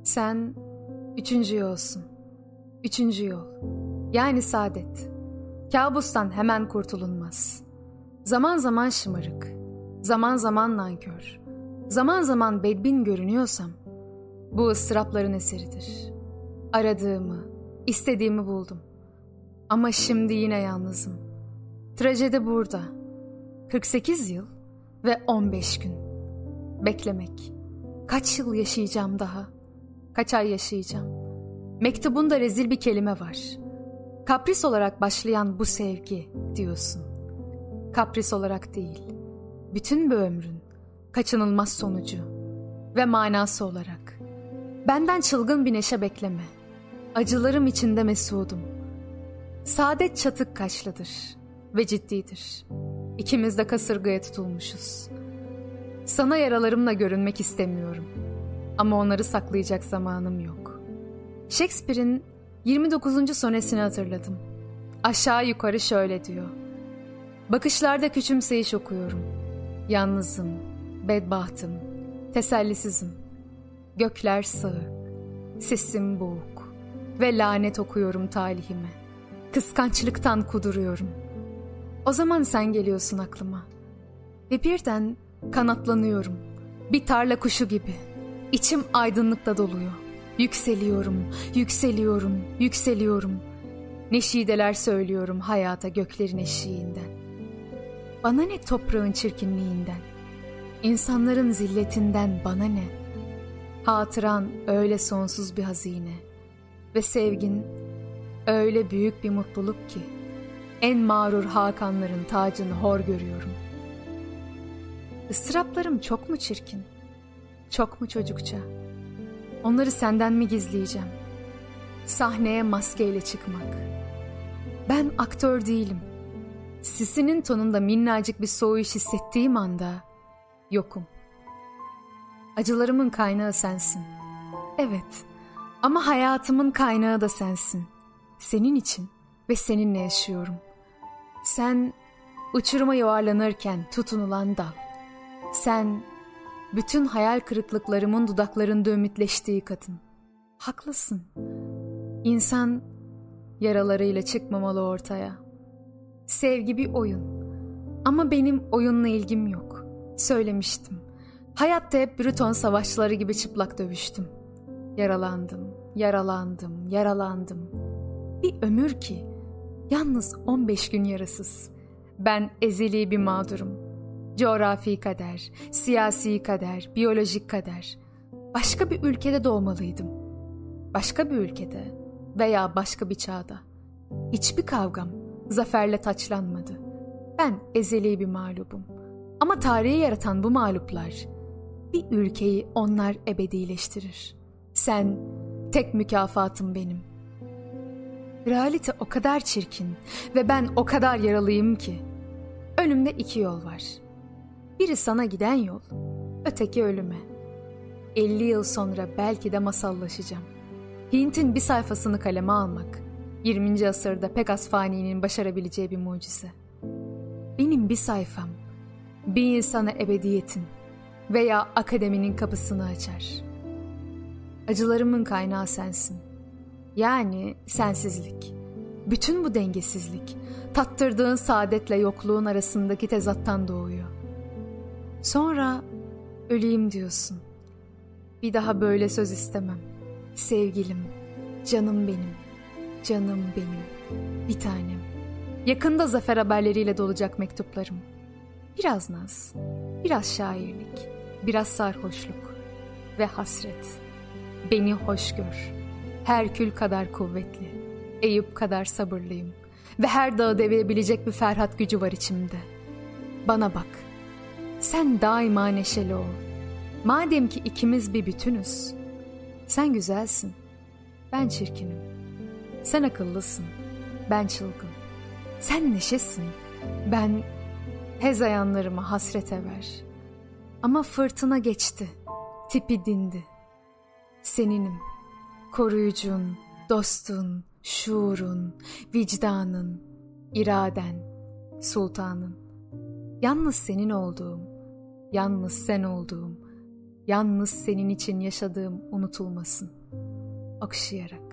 Sen üçüncü yolsun. Üçüncü yol. Yani saadet. Kabustan hemen kurtulunmaz. Zaman zaman şımarık, zaman zaman nankör, zaman zaman bedbin görünüyorsam, bu ıstırapların eseridir. Aradığımı, istediğimi buldum. Ama şimdi yine yalnızım. Trajedi burada. 48 yıl ve 15 gün. Beklemek. Kaç yıl yaşayacağım daha? Kaç ay yaşayacağım? Mektubunda rezil bir kelime var. Kapris olarak başlayan bu sevgi diyorsun. Kapris olarak değil. Bütün bir ömrün kaçınılmaz sonucu ve manası olarak. Benden çılgın bir neşe bekleme. Acılarım içinde mesudum. Saadet çatık kaşlıdır ve ciddidir. İkimiz de kasırgaya tutulmuşuz. Sana yaralarımla görünmek istemiyorum. Ama onları saklayacak zamanım yok. Shakespeare'in 29. sonesini hatırladım. Aşağı yukarı şöyle diyor. Bakışlarda küçümseyiş okuyorum. Yalnızım, bedbahtım, tesellisizim. Gökler sağık, sesim boğuk ve lanet okuyorum talihime. Kıskançlıktan kuduruyorum. O zaman sen geliyorsun aklıma. Ve birden kanatlanıyorum. Bir tarla kuşu gibi. İçim aydınlıkla doluyor. Yükseliyorum, yükseliyorum, yükseliyorum. Neşideler söylüyorum hayata göklerin eşiğinden. Bana ne toprağın çirkinliğinden, insanların zilletinden bana ne? Hatıran öyle sonsuz bir hazine ve sevgin öyle büyük bir mutluluk ki en mağrur hakanların tacını hor görüyorum. Isıraplarım çok mu çirkin? Çok mu çocukça? Onları senden mi gizleyeceğim? Sahneye maskeyle çıkmak. Ben aktör değilim. Sesinin tonunda minnacık bir soğuyuş hissettiğim anda yokum. Acılarımın kaynağı sensin. Evet, ama hayatımın kaynağı da sensin. Senin için ve seninle yaşıyorum. Sen uçuruma yuvarlanırken tutunulan dal. Sen bütün hayal kırıklıklarımın dudaklarında ümitleştiği kadın. Haklısın. İnsan yaralarıyla çıkmamalı ortaya. Sevgi bir oyun. Ama benim oyunla ilgim yok. Söylemiştim. Hayatta hep Brüton savaşçıları gibi çıplak dövüştüm. Yaralandım, yaralandım, yaralandım. Bir ömür ki, yalnız 15 gün yarasız. Ben ezeli bir mağdurum. Coğrafi kader, siyasi kader, biyolojik kader. Başka bir ülkede doğmalıydım. Başka bir ülkede veya başka bir çağda. Hiçbir kavgam zaferle taçlanmadı. Ben ezeli bir mağlubum. Ama tarihi yaratan bu mağluplar, bir ülkeyi onlar ebedileştirir. Sen, tek mükafatım benim. Realite o kadar çirkin ve ben o kadar yaralıyım ki. Önümde 2 yol var. Biri sana giden yol, öteki ölüme. 50 yıl sonra belki de masallaşacağım. Hint'in bir sayfasını kaleme almak, 20. asırda pek az faninin başarabileceği bir mucize. Benim bir sayfam, bir insana ebediyetin veya akademinin kapısını açar. Acılarımın kaynağı sensin. Yani sensizlik. Bütün bu dengesizlik, tattırdığın saadetle yokluğun arasındaki tezattan doğuyor. Sonra öleyim diyorsun. Bir daha böyle söz istemem. Sevgilim, canım benim, canım benim, bir tanem. Yakında zafer haberleriyle dolacak mektuplarım. Biraz naz, biraz şairlik, biraz sarhoşluk ve hasret. Beni hoş gör. Herkül kadar kuvvetli, Eyüp kadar sabırlıyım ve her dağı devirebilecek bir ferhat gücü var içimde. Bana bak, sen daima neşeli ol. Madem ki ikimiz bir bütünüz. Sen güzelsin, ben çirkinim. Sen akıllısın, ben çılgın. Sen neşesin, ben hezeyanlarıma hasrete ver. Ama fırtına geçti, tipi dindi. Seninim, koruyucun, dostun, şuurun, vicdanın, iraden, sultanın. Yalnız senin olduğum, yalnız sen olduğum, yalnız senin için yaşadığım unutulmasın. Okşayarak.